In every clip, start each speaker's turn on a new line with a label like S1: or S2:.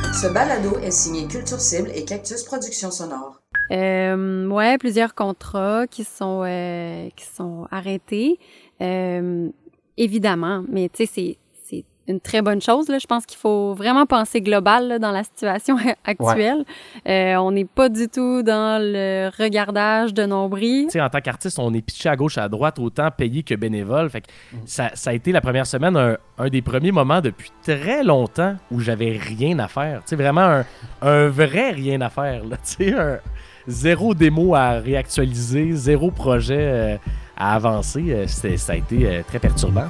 S1: Ce balado est signé Culture Cible et Cactus Productions Sonores.
S2: Ouais, plusieurs contrats qui sont arrêtés. Évidemment, mais tu sais, c'est une très bonne chose, là. Je pense qu'il faut vraiment penser global là, dans la situation actuelle. Ouais. On n'est pas du tout dans le regardage de nombril.
S3: Tu sais, en tant qu'artiste, on est pitché à gauche, à droite, autant payé que bénévole. Fait que ça a été la première semaine un des premiers moments depuis très longtemps où j'avais rien à faire. Tu sais, vraiment un vrai rien à faire. Tu sais, zéro démo à réactualiser, zéro projet à avancer. Ça a été très perturbant.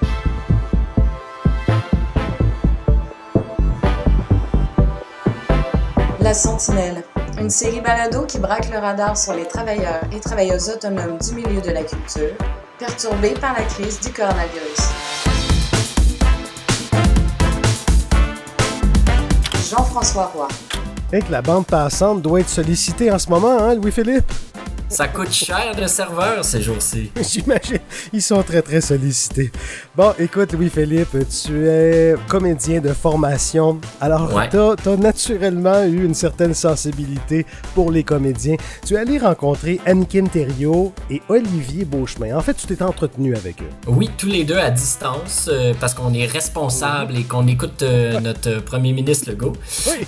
S1: La Sentinelle, une série balado qui braque le radar sur les travailleurs et travailleuses autonomes du milieu de la culture, perturbés par la crise du coronavirus. Jean-François Roy.
S4: Et que la bande passante doit être sollicitée en ce moment, hein, Louis-Philippe?
S5: Ça coûte cher de serveur ces jours-ci.
S4: J'imagine. Ils sont très, très sollicités. Bon, écoute, Louis-Philippe, tu es comédien de formation. Alors, ouais. T'as naturellement eu une certaine sensibilité pour les comédiens. Tu es allé rencontrer Annie-Kim Thériault et Olivier Beauchemin. En fait, tu t'es entretenu avec eux.
S5: Oui, tous les deux à distance, parce qu'on est responsable et qu'on écoute notre premier ministre Legault. Oui.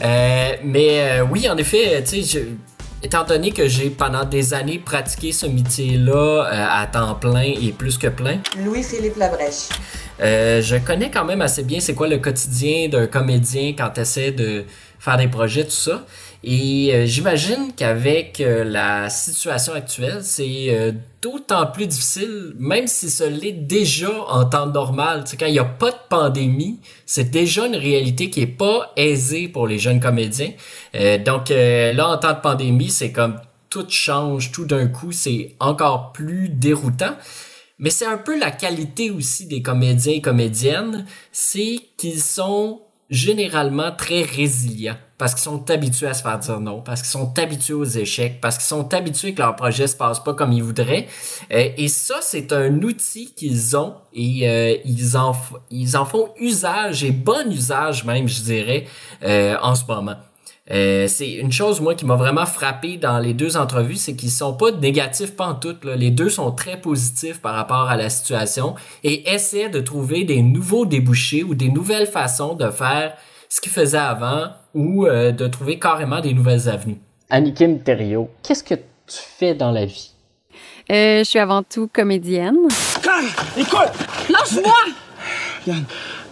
S5: Oui, en effet, tu sais, étant donné que j'ai pendant des années pratiqué ce métier-là à temps plein et plus que plein.
S1: Louis-Philippe Labrèche.
S5: Je connais quand même assez bien c'est quoi le quotidien d'un comédien quand tu essaies de faire des projets, tout ça. Et j'imagine qu'avec la situation actuelle, c'est d'autant plus difficile, même si ce l'est déjà en temps normal. Tu sais, quand il n'y a pas de pandémie, c'est déjà une réalité qui est pas aisée pour les jeunes comédiens. Donc là, en temps de pandémie, c'est comme tout change, tout d'un coup, c'est encore plus déroutant. Mais c'est un peu la qualité aussi des comédiens et comédiennes, c'est qu'ils sont généralement très résilients. Parce qu'ils sont habitués à se faire dire non, parce qu'ils sont habitués aux échecs, parce qu'ils sont habitués que leur projet se passe pas comme ils voudraient. Et ça, c'est un outil qu'ils ont et ils en font usage et bon usage même, je dirais, en ce moment. C'est une chose, moi, qui m'a vraiment frappé dans les deux entrevues, c'est qu'ils sont pas négatifs pantoute, là. Les deux sont très positifs par rapport à la situation et essaient de trouver des nouveaux débouchés ou des nouvelles façons de faire ce qu'ils faisaient avant ou de trouver carrément des nouvelles avenues.
S6: Annie-Kim Thériault, qu'est-ce que tu fais dans la vie?
S2: Je suis avant tout comédienne.
S7: Claire, écoute!
S8: Lâche-moi!
S7: Yann,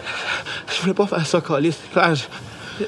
S7: je voulais pas faire ça, Calice. Claire,
S8: Tu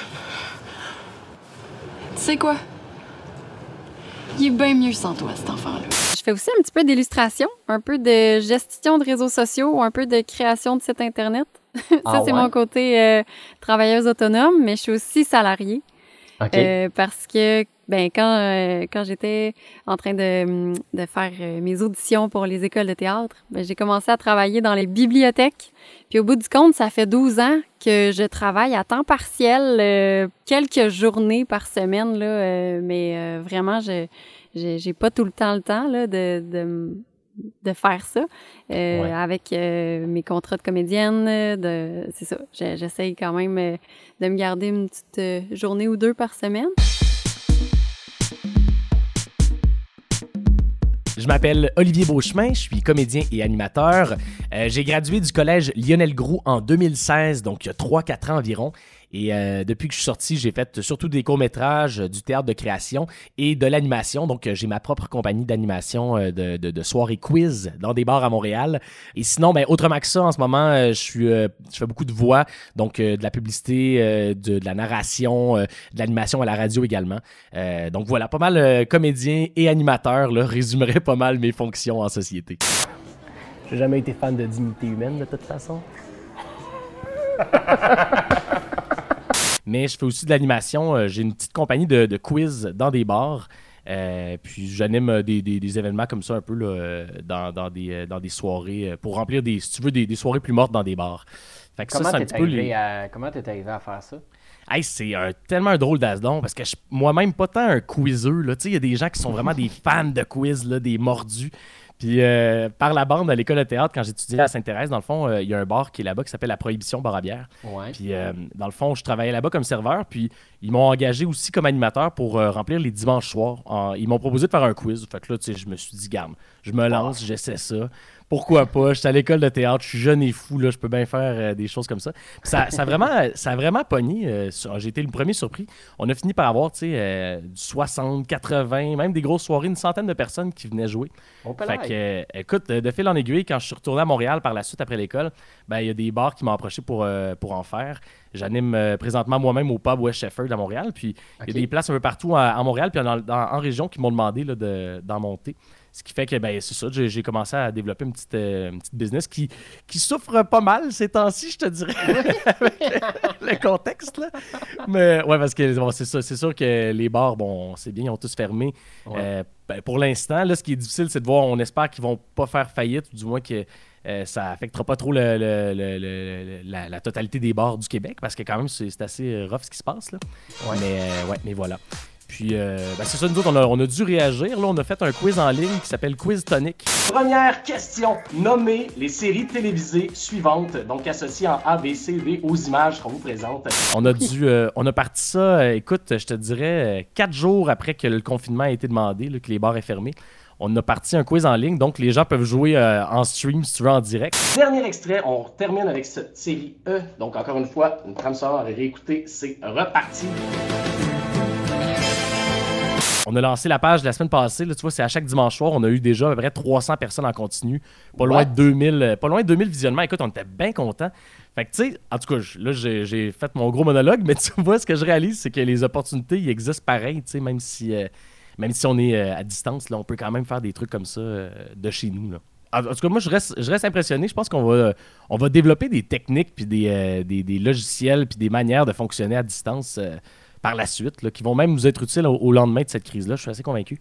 S8: sais quoi? Il est bien mieux sans toi, cet enfant-là.
S2: Je fais aussi un petit peu d'illustration, un peu de gestion de réseaux sociaux, un peu de création de sites Internet. Ça, c'est mon côté travailleuse autonome, mais je suis aussi salariée. Okay. Parce que quand j'étais en train de faire mes auditions pour les écoles de théâtre, j'ai commencé à travailler dans les bibliothèques. Puis au bout du compte, ça fait 12 ans que je travaille à temps partiel, quelques journées par semaine, là, mais vraiment, j'ai pas tout le temps là, de faire ça avec mes contrats de comédienne. C'est ça, j'essaye quand même de me garder une petite journée ou deux par semaine.
S3: Je m'appelle Olivier Beauchemin, je suis comédien et animateur. J'ai gradué du collège Lionel Groulx en 2016, donc il y a 3-4 ans environ. Et depuis que je suis sorti, j'ai fait surtout des courts-métrages, du théâtre de création et de l'animation. Donc, j'ai ma propre compagnie d'animation de soirées quiz dans des bars à Montréal. Et sinon, autrement que ça, en ce moment, je fais beaucoup de voix, donc de la publicité, de la narration, de l'animation à la radio également. Donc voilà, pas mal comédien et animateur, là, résumerait pas mal mes fonctions en société.
S6: J'ai jamais été fan de dignité humaine, de toute façon.
S3: Mais je fais aussi de l'animation. J'ai une petite compagnie de quiz dans des bars. Puis j'anime des événements comme ça un peu là, dans des soirées pour remplir des soirées plus mortes dans des bars. Fait que
S6: comment
S3: ça, c'est un petit peu
S6: comment t'es arrivé à faire ça?
S3: Hey, c'est tellement un drôle d'asdon parce que moi-même pas tant un quizeux. Il y a des gens qui sont vraiment des fans de quiz, là, des mordus. Puis par la bande à l'école de théâtre, quand j'étudiais à Sainte-Thérèse, dans le fond, il y a un bar qui est là-bas qui s'appelle La Prohibition Bar à bière.
S5: Ouais.
S3: Puis dans le fond, je travaillais là-bas comme serveur, puis ils m'ont engagé aussi comme animateur pour remplir les dimanches soirs. Ils m'ont proposé de faire un quiz. Fait que là, tu sais, je me suis dit, garde, je me lance, j'essaie ça. Pourquoi pas? J'étais à l'école de théâtre, je suis jeune et fou, là, je peux bien faire des choses comme ça. Puis ça a vraiment pogné. J'ai été le premier surpris. On a fini par avoir, tu sais, 60, 80, même des grosses soirées, une centaine de personnes qui venaient jouer. Fait que, écoute, de fil en aiguille, quand je suis retourné à Montréal par la suite après l'école, ben il y a des bars qui m'ont approché pour en faire. J'anime présentement moi-même au pub West Shefford à Montréal. Puis il y a des places un peu partout à Montréal, puis en région qui m'ont demandé là, d'en monter. Ce qui fait que, ben, c'est ça, j'ai commencé à développer une petite business qui souffre pas mal ces temps-ci, je te dirais, avec le contexte, là. Mais, ouais, parce que, bon, c'est ça, c'est sûr que les bars, bon, c'est bien, ils ont tous fermé.
S5: Ouais.
S3: Ben, pour l'instant, là, ce qui est difficile, c'est de voir, on espère qu'ils vont pas faire faillite, ou du moins que ça affectera pas trop la totalité des bars du Québec, parce que quand même, c'est assez rough ce qui se passe, là.
S5: Ouais.
S3: Mais voilà. Puis, ben c'est ça, nous autres, on a dû réagir. Là, on a fait un quiz en ligne qui s'appelle Quiz Tonic. Première question. Nommez les séries télévisées suivantes, donc associées en A, B, C, D aux images qu'on vous présente. On a parti ça, écoute, je te dirais, 4 jours après que le confinement a été demandé, là, que les bars aient fermé. On a parti un quiz en ligne, donc les gens peuvent jouer en stream, si tu veux, en direct. Dernier extrait, on termine avec cette série E. Donc, encore une fois, une trame sonore à réécouter, c'est reparti. On a lancé la page la semaine passée. Là, tu vois, c'est à chaque dimanche soir. On a eu déjà à peu près 300 personnes en continu. Pas loin de 2000 visionnements. Écoute, on était bien contents. Fait que, tu sais, en tout cas, là, j'ai fait mon gros monologue, mais tu vois, ce que je réalise, c'est que les opportunités, ils existent pareil, tu sais, même si on est à distance, là, on peut quand même faire des trucs comme ça de chez nous, là. En tout cas, moi, je reste impressionné. Je pense qu'on va développer des techniques, puis des logiciels, puis des manières de fonctionner à distance par la suite, là, qui vont même nous être utiles au lendemain de cette crise-là. Je suis assez convaincu.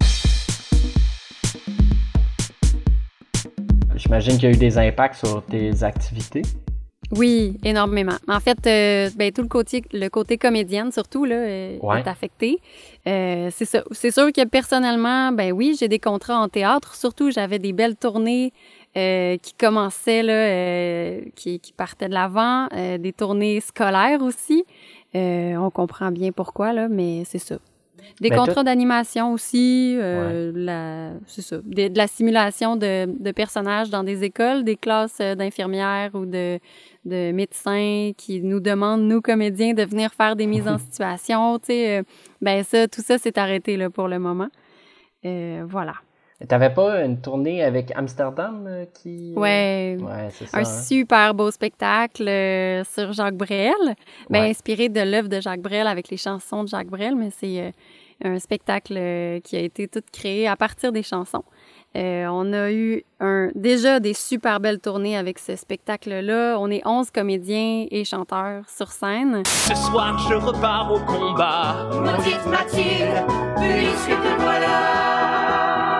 S5: J'imagine qu'il y a eu des impacts sur tes activités.
S2: Oui, énormément. En fait, tout le côté comédienne, surtout, là, est affecté. C'est ça. C'est sûr que personnellement, ben oui, j'ai des contrats en théâtre. Surtout, j'avais des belles tournées qui commençaient, là, qui partaient de l'avant. Des tournées scolaires aussi. On comprend bien pourquoi, là, mais c'est ça. Des contrats d'animation aussi, c'est ça. De la simulation de personnages dans des écoles, des classes d'infirmières ou de médecins qui nous demandent, nous, comédiens, de venir faire des mises en situation, tu sais. Tout ça, c'est arrêté, là, pour le moment. Voilà.
S5: T'avais pas une tournée avec Amsterdam qui...
S2: Ouais, c'est ça. Un super beau spectacle sur Jacques Brel, inspiré de l'œuvre de Jacques Brel avec les chansons de Jacques Brel, mais c'est un spectacle qui a été tout créé à partir des chansons. On a eu déjà des super belles tournées avec ce spectacle-là. On est 11 comédiens et chanteurs sur scène.
S9: Ce soir, je repars au combat. Maudite Mathilde, puisque te voilà.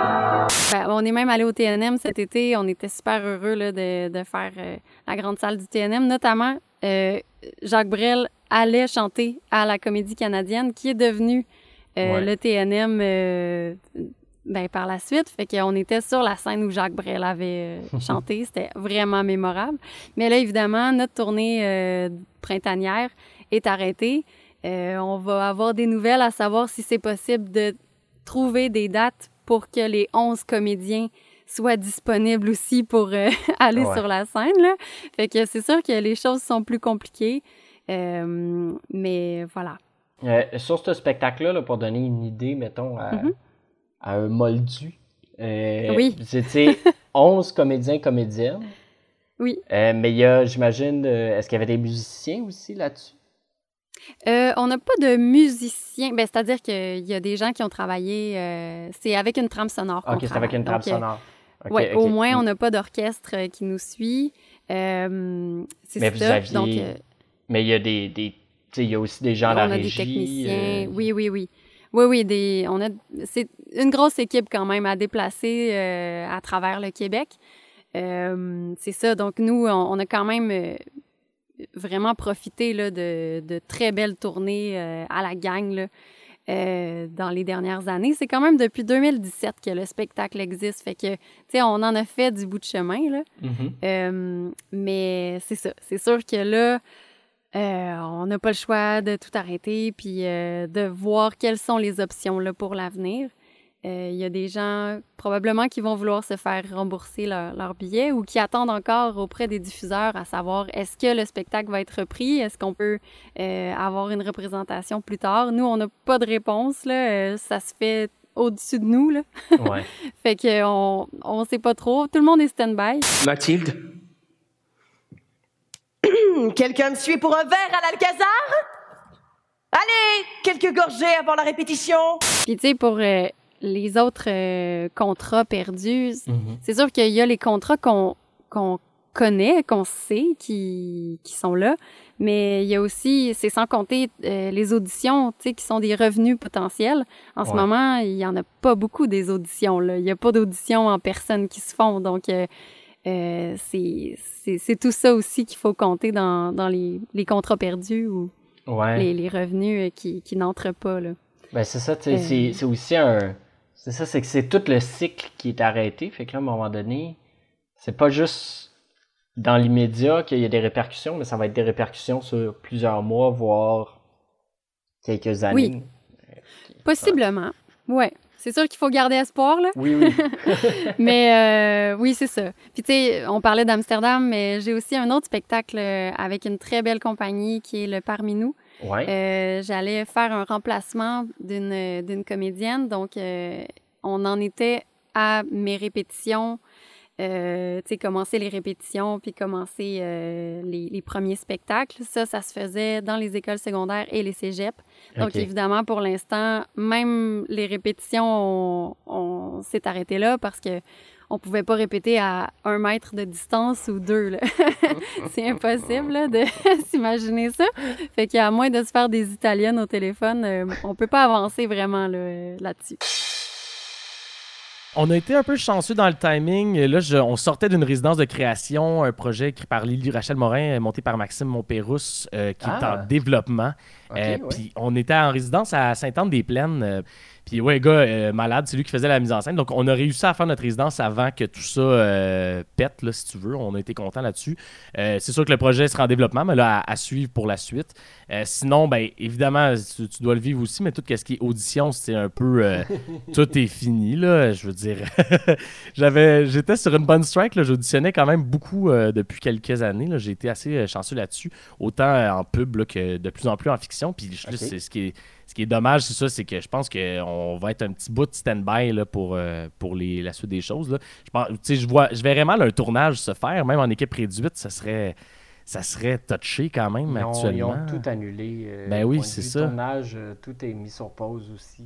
S2: On est même allé au TNM cet été. On était super heureux là, de faire la grande salle du TNM. Notamment, Jacques Brel allait chanter à la Comédie canadienne, qui est devenue le TNM par la suite. Fait qu'on était sur la scène où Jacques Brel avait chanté. C'était vraiment mémorable. Mais là, évidemment, notre tournée printanière est arrêtée. On va avoir des nouvelles à savoir si c'est possible de trouver des dates pour que les 11 comédiens soient disponibles aussi pour aller sur la scène, là. Fait que c'est sûr que les choses sont plus compliquées, mais voilà.
S5: Sur ce spectacle-là, là, pour donner une idée, mettons, à un moldu, c'était 11 comédiennes.
S2: Oui.
S5: Mais il y a, j'imagine, est-ce qu'il y avait des musiciens aussi là-dessus?
S2: On n'a pas de musiciens. C'est-à-dire qu'il y a des gens qui ont travaillé. C'est avec une trame sonore.
S5: OK, c'est avec une trame sonore.
S2: Okay. Au moins, on n'a pas d'orchestre qui nous suit. C'est
S5: mais
S2: ça.
S5: Mais il y a il y a aussi des gens à la régie. On a des
S2: techniciens. Oui. C'est une grosse équipe quand même à déplacer à travers le Québec. C'est ça. Donc, nous, on a quand même vraiment profité là, de très belles tournées à la gang. Là. dans les dernières années. C'est quand même depuis 2017 que le spectacle existe. Fait que, tu sais, on en a fait du bout de chemin, là. Mais c'est ça. C'est sûr que là, on n'a pas le choix de tout arrêter puis de voir quelles sont les options là, pour l'avenir. Il y a des gens probablement qui vont vouloir se faire rembourser leur billet ou qui attendent encore auprès des diffuseurs à savoir est-ce que le spectacle va être repris, est-ce qu'on peut avoir une représentation plus tard. Nous, on n'a pas de réponse, là. Ça se fait au-dessus de nous, là.
S5: Ouais.
S2: Fait qu'on on sait pas trop. Tout le monde est stand-by.
S7: Mathilde?
S10: Quelqu'un me suit pour un verre à l'Alcazar? Allez, quelques gorgées avant la répétition.
S2: Puis tu sais, pour les autres contrats perdus, c'est sûr qu'il y a les contrats qu'on connaît, qu'on sait qui sont là, mais il y a aussi, c'est sans compter les auditions, tu sais, qui sont des revenus potentiels. En ce moment, il y en a pas beaucoup des auditions, là. Il y a pas d'auditions en personne qui se font, donc c'est tout ça aussi qu'il faut compter dans les contrats perdus ou les revenus qui n'entrent pas, là.
S11: Ben c'est ça, tu sais, c'est aussi c'est ça, c'est que c'est tout le cycle qui est arrêté, fait que là, à un moment donné, c'est pas juste dans l'immédiat qu'il y a des répercussions, mais ça va être des répercussions sur plusieurs mois, voire quelques années.
S2: Oui, possiblement, ouais. C'est sûr qu'il faut garder espoir, là.
S11: Oui.
S2: Mais oui, c'est ça. Puis tu sais, on parlait d'Amsterdam, mais j'ai aussi un autre spectacle avec une très belle compagnie qui est le Parmi nous.
S11: Ouais.
S2: J'allais faire un remplacement d'une comédienne, donc on en était à mes répétitions, tu sais, commencer les répétitions puis commencer les premiers spectacles. Ça se faisait dans les écoles secondaires et les cégeps. Donc évidemment, pour l'instant, même les répétitions, on s'est arrêté là parce que on pouvait pas répéter à 1 mètre de distance ou 2, là. C'est impossible, là, de s'imaginer ça. Fait qu'à moins de se faire des italiennes au téléphone, on peut pas avancer vraiment là-dessus.
S3: On a été un peu chanceux dans le timing. Là, on sortait d'une résidence de création, un projet écrit par Lily Rachel Morin, monté par Maxime Montpérousse, qui est en développement. Puis on était en résidence à Sainte-Anne-des-Plaines. Puis ouais, gars malade, c'est lui qui faisait la mise en scène. Donc on a réussi à faire notre résidence avant que tout ça pète, là, si tu veux. On a été contents là-dessus. C'est sûr que le projet sera en développement, mais là, à suivre pour la suite. Sinon, ben évidemment, tu dois le vivre aussi, mais tout ce qui est audition, c'est un peu... tout est fini, là. Je veux dire... J'étais sur une bonne strike, là. J'auditionnais quand même beaucoup depuis quelques années, là. J'ai été assez chanceux là-dessus, autant en pub là, que de plus en plus en fiction. Puis c'est ce qui est dommage, c'est ça, c'est que je pense qu'on va être un petit bout de stand-by là, pour la suite des choses. Là. Je verrais mal un tournage se faire, même en équipe réduite, ça serait touché quand même actuellement.
S11: Ils ont tout annulé.
S3: Ben oui, c'est ça.
S11: Le tournage, tout est mis sur pause aussi.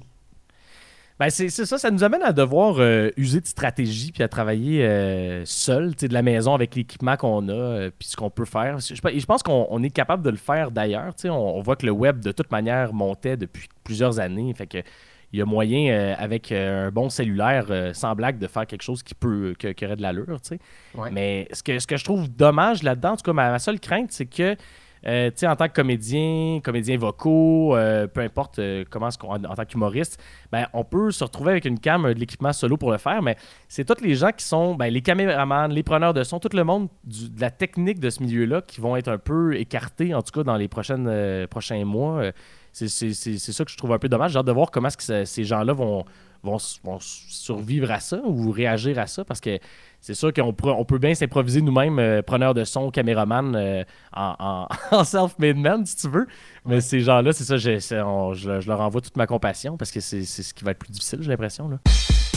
S3: Ben c'est ça nous amène à devoir user de stratégie puis à travailler seul, de la maison avec l'équipement qu'on a puis ce qu'on peut faire. Je pense qu'on est capable de le faire d'ailleurs. On voit que le web de toute manière montait depuis plusieurs années. Fait que il y a moyen avec un bon cellulaire, sans blague, de faire quelque chose qui aurait de l'allure. Ouais. Mais ce que je trouve dommage là-dedans, en tout cas ma seule crainte, c'est que en tant que comédien vocaux, peu importe en tant qu'humoriste, ben, on peut se retrouver avec une cam, de l'équipement solo pour le faire, mais c'est tous les gens qui sont les caméramans, les preneurs de son, tout le monde de la technique de ce milieu-là qui vont être un peu écartés, en tout cas dans les prochains mois. C'est ça que je trouve un peu dommage. J'ai hâte de voir comment est-ce que ces gens-là vont survivre à ça ou réagir à ça, parce que c'est sûr qu'on peut bien s'improviser nous-mêmes, preneurs de son, caméraman, en self-made man, si tu veux. Mais ces gens-là, c'est ça, je leur envoie toute ma compassion parce que c'est ce qui va être plus difficile, j'ai l'impression. Là.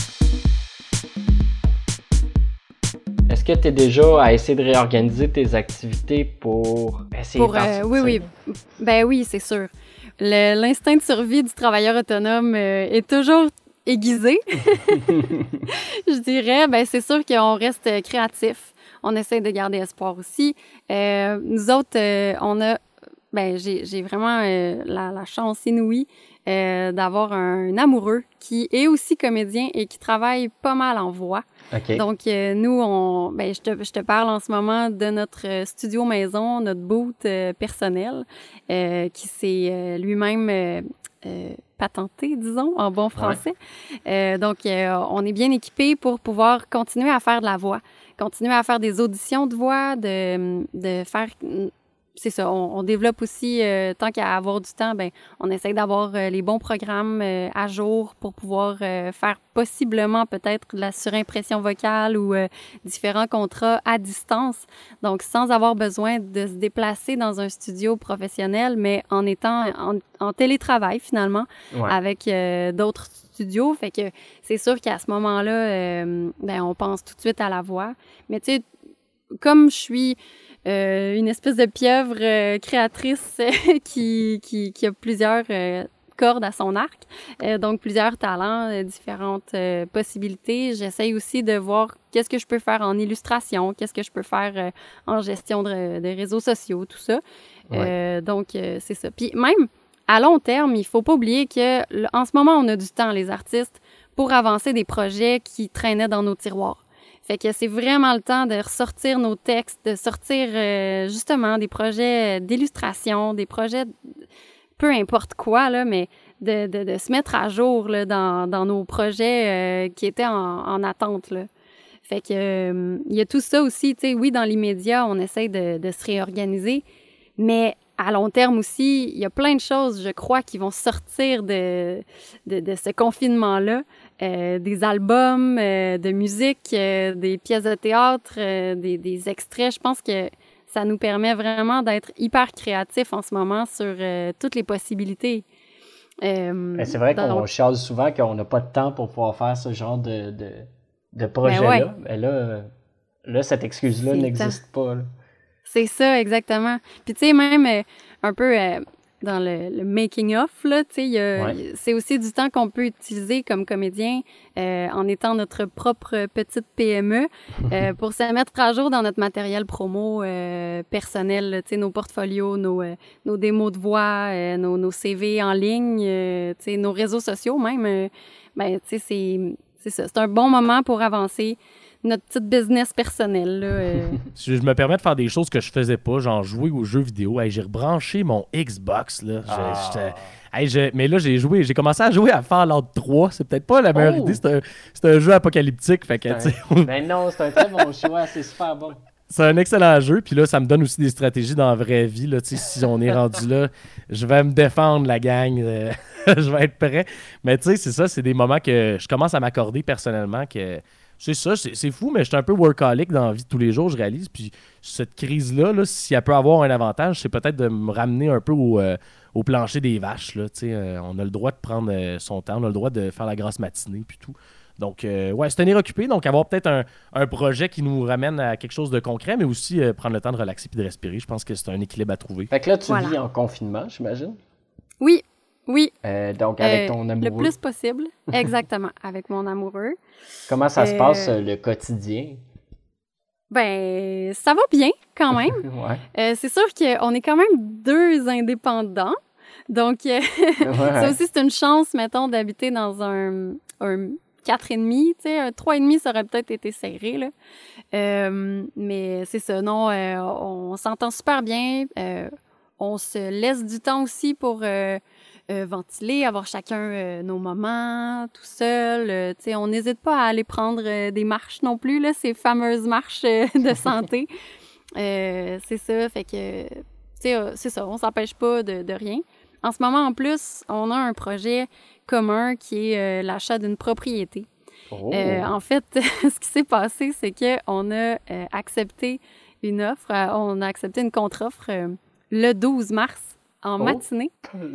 S11: Est-ce que tu es déjà à essayer de réorganiser tes activités pour essayer de faire
S2: oui. Ben oui, c'est sûr. L'instinct de survie du travailleur autonome est toujours aiguisé. Je dirais, c'est sûr qu'on reste créatif. On essaie de garder espoir aussi. Nous autres, on a, j'ai vraiment la chance inouïe d'avoir un amoureux qui est aussi comédien et qui travaille pas mal en voix. Okay. Donc, nous, je te parle en ce moment de notre studio maison, notre booth personnel, qui s'est lui-même patenté, disons, en bon français. Donc, on est bien équipé pour pouvoir continuer à faire de la voix, continuer à faire des auditions de voix, de faire... C'est ça, on développe aussi, tant qu'à avoir du temps, ben on essaie d'avoir les bons programmes à jour pour pouvoir faire possiblement peut-être de la surimpression vocale ou différents contrats à distance. Donc, sans avoir besoin de se déplacer dans un studio professionnel, mais en étant en télétravail finalement, avec d'autres studios. Fait que c'est sûr qu'à ce moment-là, ben on pense tout de suite à la voix. Mais tu sais, comme je suis... une espèce de pieuvre créatrice qui a plusieurs cordes à son arc, donc plusieurs talents, différentes possibilités. J'essaye aussi de voir qu'est-ce que je peux faire en illustration, qu'est-ce que je peux faire en gestion de réseaux sociaux, tout ça. Donc, c'est ça. Puis même, à long terme, il faut pas oublier que en ce moment, on a du temps, les artistes, pour avancer des projets qui traînaient dans nos tiroirs. Fait que c'est vraiment le temps de ressortir nos textes, de sortir justement des projets d'illustration, des projets, peu importe quoi, là, mais de se mettre à jour là, dans nos projets qui étaient en attente. Là. Fait que il y a tout ça aussi, tu sais, oui, dans l'immédiat, on essaie de se réorganiser, mais à long terme aussi, il y a plein de choses, je crois, qui vont sortir de ce confinement-là. Des albums, de musique, des pièces de théâtre, des extraits. Je pense que ça nous permet vraiment d'être hyper créatifs en ce moment sur toutes les possibilités.
S11: C'est vrai qu'on chiale souvent qu'on n'a pas de temps pour pouvoir faire ce genre de projet-là. Mais là, cette excuse-là n'existe pas. Là.
S2: C'est ça, exactement. Puis tu sais, même un peu... dans le making-of, là, tu sais, c'est aussi du temps qu'on peut utiliser comme comédien en étant notre propre petite PME pour se mettre à jour dans notre matériel promo personnel, tu sais, nos portfolios, nos démos de voix, nos CV en ligne, tu sais, nos réseaux sociaux même. Ben, tu sais, c'est ça. C'est un bon moment pour avancer notre petite business personnel. Là,
S3: Je me permets de faire des choses que je faisais pas, genre jouer aux jeux vidéo. Hey, j'ai rebranché mon Xbox. Là. Mais là, j'ai commencé à jouer à Fallout 3. C'est peut-être pas la meilleure idée. C'est un jeu apocalyptique. Fait que,
S11: ben non, c'est un très bon choix. C'est super bon.
S3: C'est un excellent jeu. Puis là, ça me donne aussi des stratégies dans la vraie vie. Là, si on est rendu là, je vais me défendre, la gang. Je vais être prêt. Mais tu sais, c'est ça. C'est des moments que je commence à m'accorder personnellement que... C'est ça, c'est fou, mais je suis un peu workaholic dans la vie de tous les jours, je réalise. Puis cette crise-là, là, si elle peut avoir un avantage, c'est peut-être de me ramener un peu au plancher des vaches. Là, on a le droit de prendre son temps, on a le droit de faire la grasse matinée puis tout. Donc, ouais, se tenir occupé, donc avoir peut-être un projet qui nous ramène à quelque chose de concret, mais aussi prendre le temps de relaxer puis de respirer. Je pense que c'est un équilibre à trouver.
S11: Fait que là, tu vis en confinement, j'imagine?
S2: Oui.
S11: Donc, avec ton amoureux.
S2: Le plus possible, exactement, avec mon amoureux.
S11: Comment ça se passe, le quotidien?
S2: Ben, ça va bien, quand même. C'est sûr qu'on est quand même deux indépendants. Donc, ça aussi, c'est une chance, mettons, d'habiter dans un 4,5, tu sais, un 3,5, ça aurait peut-être été serré, là. Mais c'est ça, non, on s'entend super bien. On se laisse du temps aussi pour... ventiler, avoir chacun nos moments tout seul. Tu sais, on n'hésite pas à aller prendre des marches non plus, là, ces fameuses marches de santé. C'est ça, fait que, tu sais, c'est ça, on s'empêche pas de rien. En ce moment, en plus, on a un projet commun qui est l'achat d'une propriété. En fait, ce qui s'est passé, c'est qu'on a accepté une offre, on a accepté une contre-offre le 12 mars. En matinée.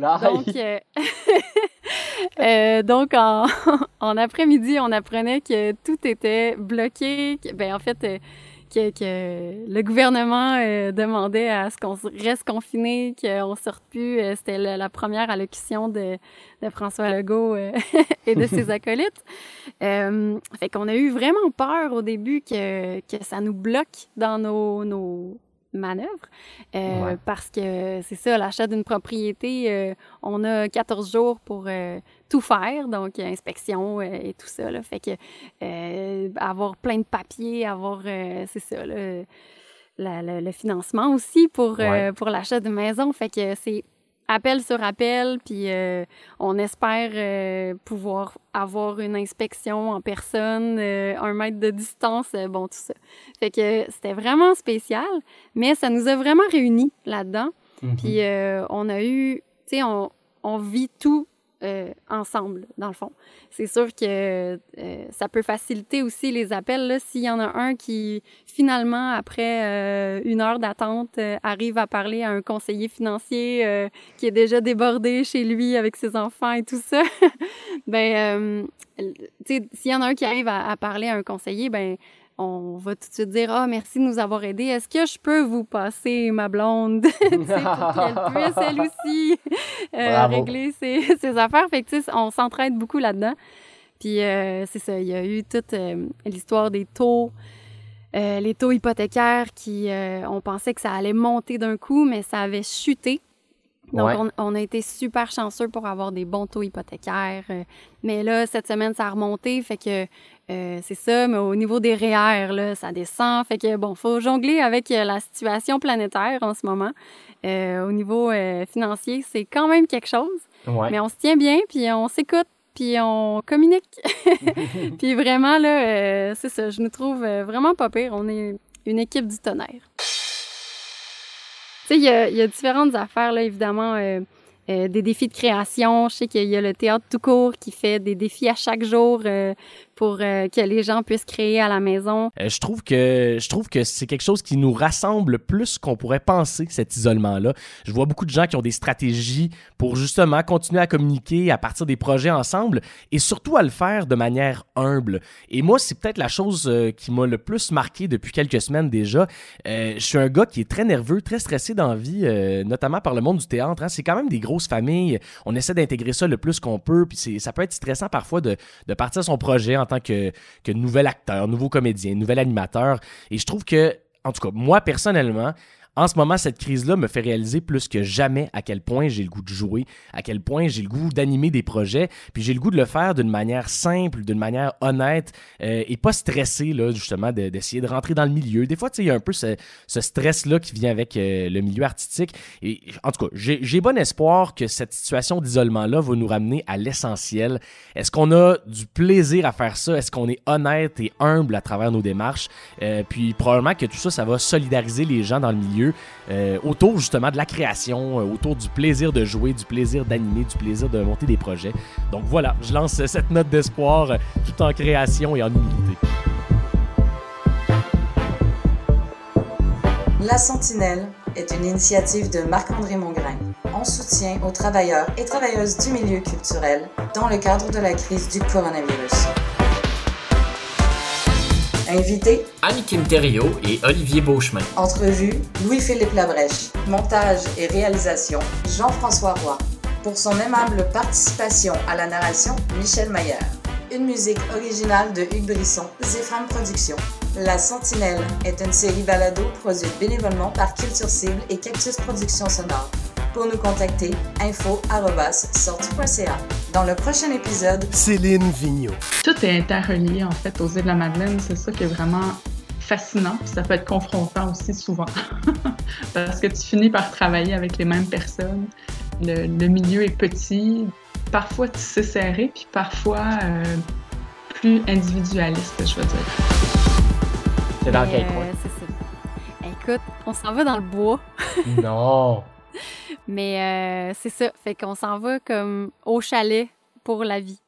S2: Donc, en après-midi, on apprenait que tout était bloqué. En fait, que le gouvernement demandait à ce qu'on reste confiné, qu'on ne sorte plus. C'était la première allocution de François Legault et de ses acolytes. Fait qu'on a eu vraiment peur au début que ça nous bloque dans nos manœuvre, parce que c'est ça, l'achat d'une propriété, on a 14 jours pour tout faire, donc inspection et tout ça, là, fait que avoir plein de papiers, avoir, c'est ça, le financement aussi pour l'achat de maison, fait que appel sur appel, puis on espère pouvoir avoir une inspection en personne, 1 mètre de distance, bon, tout ça. Fait que c'était vraiment spécial, mais ça nous a vraiment réunis là-dedans. Puis on a eu, tu sais, on vit tout ensemble, dans le fond. C'est sûr que ça peut faciliter aussi les appels, là, s'il y en a un qui, finalement, après 1 heure d'attente, arrive à parler à un conseiller financier qui est déjà débordé chez lui avec ses enfants et tout ça. Ben, tu sais, s'il y en a un qui arrive à parler à un conseiller, ben on va tout de suite dire « Ah, merci de nous avoir aidés. Est-ce que je peux vous passer ma blonde? » pour qu'elle puisse, elle aussi, régler ses affaires. Fait que, tu sais, on s'entraide beaucoup là-dedans. Puis, c'est ça, il y a eu toute l'histoire des taux, les taux hypothécaires qui, on pensait que ça allait monter d'un coup, mais ça avait chuté. Donc, on a été super chanceux pour avoir des bons taux hypothécaires. Mais là, cette semaine, ça a remonté. Fait que c'est ça. Mais au niveau des REER, là, ça descend. Fait que, bon, faut jongler avec la situation planétaire en ce moment. Au niveau financier, c'est quand même quelque chose. Mais on se tient bien, puis on s'écoute, puis on communique. Puis vraiment, là, c'est ça. Je nous trouve vraiment pas pire. On est une équipe du tonnerre. Tu sais, il y a différentes affaires, là, évidemment, des défis de création. Je sais qu'il y a le théâtre tout court qui fait des défis à chaque jour pour que les gens puissent créer à la maison.
S3: Je trouve que c'est quelque chose qui nous rassemble plus qu'on pourrait penser, cet isolement-là. Je vois beaucoup de gens qui ont des stratégies pour justement continuer à communiquer, à partir des projets ensemble et surtout à le faire de manière humble. Et moi, c'est peut-être la chose qui m'a le plus marqué depuis quelques semaines déjà. Je suis un gars qui est très nerveux, très stressé dans la vie, notamment par le monde du théâtre. Hein. C'est quand même des grosses familles. On essaie d'intégrer ça le plus qu'on peut. Puis ça peut être stressant parfois de partir son projet en tant que nouvel acteur, nouveau comédien, nouvel animateur. Et je trouve que, en tout cas, moi, personnellement, en ce moment, cette crise-là me fait réaliser plus que jamais à quel point j'ai le goût de jouer, à quel point j'ai le goût d'animer des projets, puis j'ai le goût de le faire d'une manière simple, d'une manière honnête et pas stressé, là, justement, d'essayer de rentrer dans le milieu. Des fois, tu sais, il y a un peu ce stress-là qui vient avec le milieu artistique. Et en tout cas, j'ai bon espoir que cette situation d'isolement-là va nous ramener à l'essentiel. Est-ce qu'on a du plaisir à faire ça? Est-ce qu'on est honnête et humble à travers nos démarches? Puis probablement que tout ça, ça va solidariser les gens dans le milieu. Autour justement de la création, autour du plaisir de jouer, du plaisir d'animer, du plaisir de monter des projets. Donc voilà, je lance cette note d'espoir tout en création et en humilité.
S1: La Sentinelle est une initiative de Marc-André Mongrain en soutien aux travailleurs et travailleuses du milieu culturel dans le cadre de la crise du coronavirus. Invités,
S5: Annie-Kim Thériault et Olivier Beauchemin.
S1: Entrevue, Louis-Philippe Labrèche. Montage et réalisation, Jean-François Roy. Pour son aimable participation à la narration, Michel Maillard. Une musique originale de Hugues Brisson, Zéphram Productions. La Sentinelle est une série balado produite bénévolement par Culture Cible et Cactus Productions Sonores. Pour nous contacter, info@sortie.ca. Dans le prochain épisode,
S4: Céline Vigneault.
S12: Tout est interrelié, en fait, aux Îles-de-la-Madeleine. C'est ça qui est vraiment fascinant. Puis ça peut être confrontant aussi souvent. Parce que tu finis par travailler avec les mêmes personnes. Le milieu est petit, parfois tissé serré, puis parfois plus individualiste, je veux dire.
S11: C'est dans quel coin?
S2: C'est ça. Écoute, on s'en va dans le bois.
S11: Non!
S2: Mais c'est ça, fait qu'on s'en va comme au chalet pour la vie.